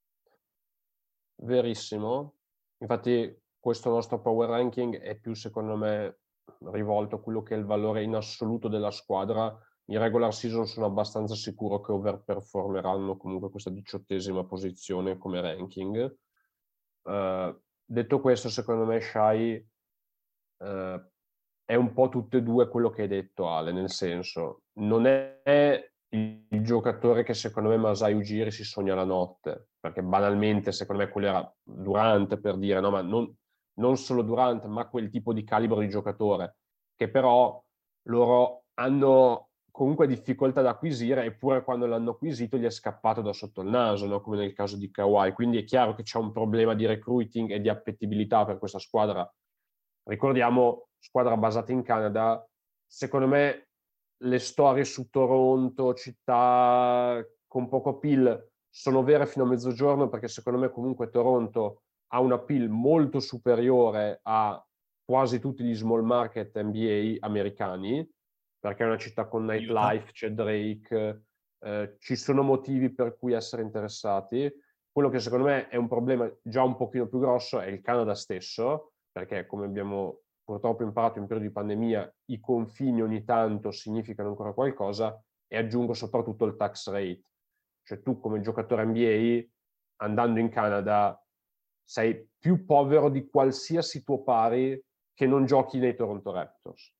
Verissimo. Infatti questo nostro power ranking è più, secondo me, rivolto a quello che è il valore in assoluto della squadra. In regular season sono abbastanza sicuro che overperformeranno comunque questa diciottesima posizione come ranking. Uh, detto questo, secondo me Shai uh, è un po' tutte e due quello che hai detto, Ale, nel senso, non è il, il giocatore che secondo me Masai Ujiri si sogna la notte, perché banalmente secondo me quello era Durant, per dire, no, ma non, non solo Durant, ma quel tipo di calibro di giocatore, che però loro hanno comunque difficoltà ad acquisire, eppure quando l'hanno acquisito gli è scappato da sotto il naso, no? Come nel caso di Kawhi. Quindi è chiaro che c'è un problema di recruiting e di appetibilità per questa squadra. Ricordiamo, squadra basata in Canada. Secondo me le storie su Toronto, città con poco appeal, sono vere fino a mezzogiorno, perché secondo me comunque Toronto ha un appeal molto superiore a quasi tutti gli small market N B A americani, perché è una città con nightlife, c'è Drake, eh, ci sono motivi per cui essere interessati. Quello che secondo me è un problema già un pochino più grosso è il Canada stesso, perché come abbiamo purtroppo imparato in periodo di pandemia, i confini ogni tanto significano ancora qualcosa, e aggiungo soprattutto il tax rate. Cioè tu come giocatore N B A, andando in Canada, sei più povero di qualsiasi tuo pari che non giochi nei Toronto Raptors.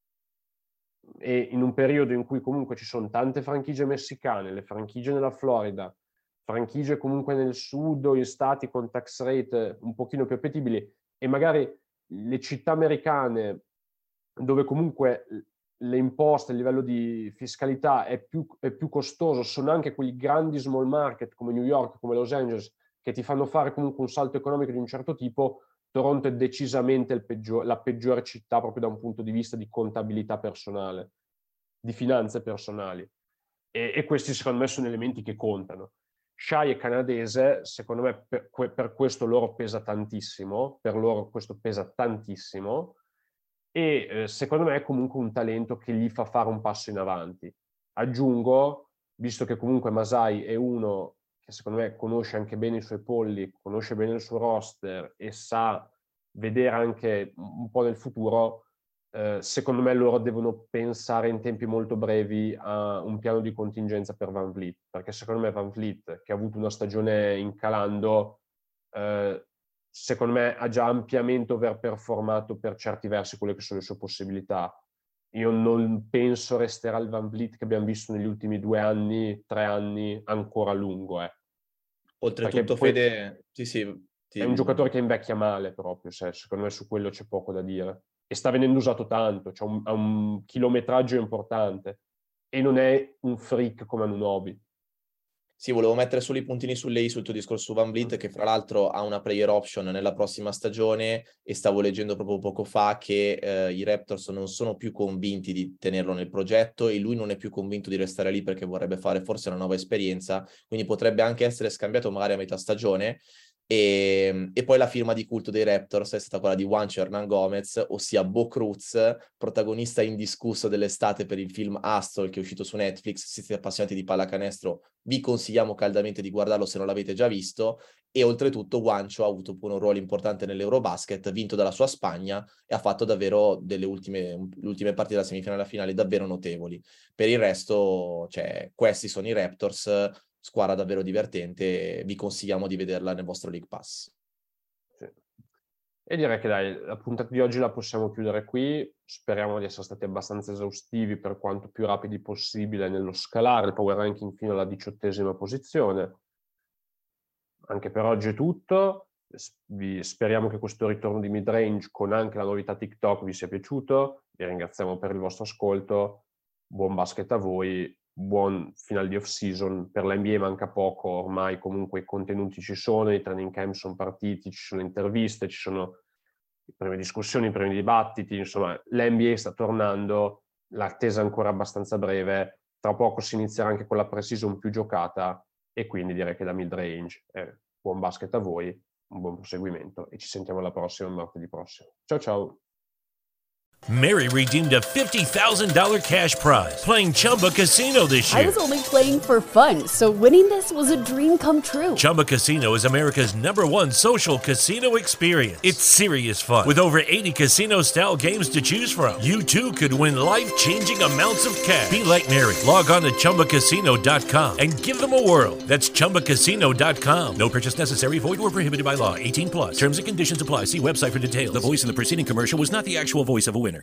E in un periodo in cui comunque ci sono tante franchigie messicane, le franchigie nella Florida, franchigie comunque nel sud o in stati con tax rate un pochino più appetibili, e magari le città americane dove comunque le imposte, il livello di fiscalità è più, è più costoso, sono anche quei grandi small market come New York, come Los Angeles, che ti fanno fare comunque un salto economico di un certo tipo. Toronto è decisamente il peggior, la peggiore città proprio da un punto di vista di contabilità personale, di finanze personali. E, e questi secondo me sono elementi che contano. Shai è canadese, secondo me per, per questo loro pesa tantissimo, per loro questo pesa tantissimo, e eh, secondo me è comunque un talento che gli fa fare un passo in avanti. Aggiungo, visto che comunque Masai è uno che secondo me conosce anche bene i suoi polli, conosce bene il suo roster e sa vedere anche un po' nel futuro, eh, secondo me loro devono pensare in tempi molto brevi a un piano di contingenza per Van Vliet, perché secondo me Van Vliet, che ha avuto una stagione incalando, eh, secondo me ha già ampiamente overperformato per certi versi quelle che sono le sue possibilità. Io non penso resterà il Van Vliet che abbiamo visto negli ultimi due anni, tre anni, ancora a lungo. Eh. Oltretutto, Fede, sì, sì, ti... è un giocatore che invecchia male proprio, se, secondo me su quello c'è poco da dire. E sta venendo usato tanto, cioè un, ha un chilometraggio importante. E non è un freak come Anunoby. Sì, volevo mettere solo i puntini sulle i sul tuo discorso su Van Vliet, che fra l'altro ha una player option nella prossima stagione, e stavo leggendo proprio poco fa che eh, i Raptors non sono più convinti di tenerlo nel progetto, e lui non è più convinto di restare lì perché vorrebbe fare forse una nuova esperienza, quindi potrebbe anche essere scambiato magari a metà stagione. E, e poi la firma di culto dei Raptors è stata quella di Juancho Hernan Gomez, ossia Bo Cruz, protagonista indiscusso dell'estate per il film Hustle che è uscito su Netflix. Se siete appassionati di pallacanestro vi consigliamo caldamente di guardarlo se non l'avete già visto. E oltretutto Juancho ha avuto un ruolo importante nell'Eurobasket, vinto dalla sua Spagna, e ha fatto davvero delle ultime, le ultime partite della semifinale alla finale davvero notevoli. Per il resto, cioè, questi sono i Raptors, squadra davvero divertente, vi consigliamo di vederla nel vostro League Pass. Sì. E direi che dai, la puntata di oggi la possiamo chiudere qui. Speriamo di essere stati abbastanza esaustivi per quanto più rapidi possibile nello scalare il power ranking fino alla diciottesima posizione. Anche per oggi è tutto. Vi speriamo che questo ritorno di midrange con anche la novità TikTok vi sia piaciuto. Vi ringraziamo per il vostro ascolto. Buon basket a voi. Buon finale di off-season. Per l'N B A manca poco, ormai comunque i contenuti ci sono, i training camp sono partiti, ci sono interviste, ci sono le prime discussioni, i primi dibattiti, insomma l'N B A sta tornando, l'attesa è ancora abbastanza breve, tra poco si inizierà anche con la pre-season più giocata, e quindi direi che da mid-range eh, buon basket a voi, un buon proseguimento, e ci sentiamo alla prossima, martedì prossimo. Ciao ciao! Mary redeemed a fifty thousand dollars cash prize playing Chumba Casino this year. I was only playing for fun, so winning this was a dream come true. Chumba Casino is America's number one social casino experience. It's serious fun. With over eighty casino-style games to choose from, you too could win life-changing amounts of cash. Be like Mary. Log on to Chumba Casino dot com and give them a whirl. That's Chumba Casino dot com. No purchase necessary. Void or prohibited by law. eighteen plus. Terms and conditions apply. See website for details. The voice in the preceding commercial was not the actual voice of a winner.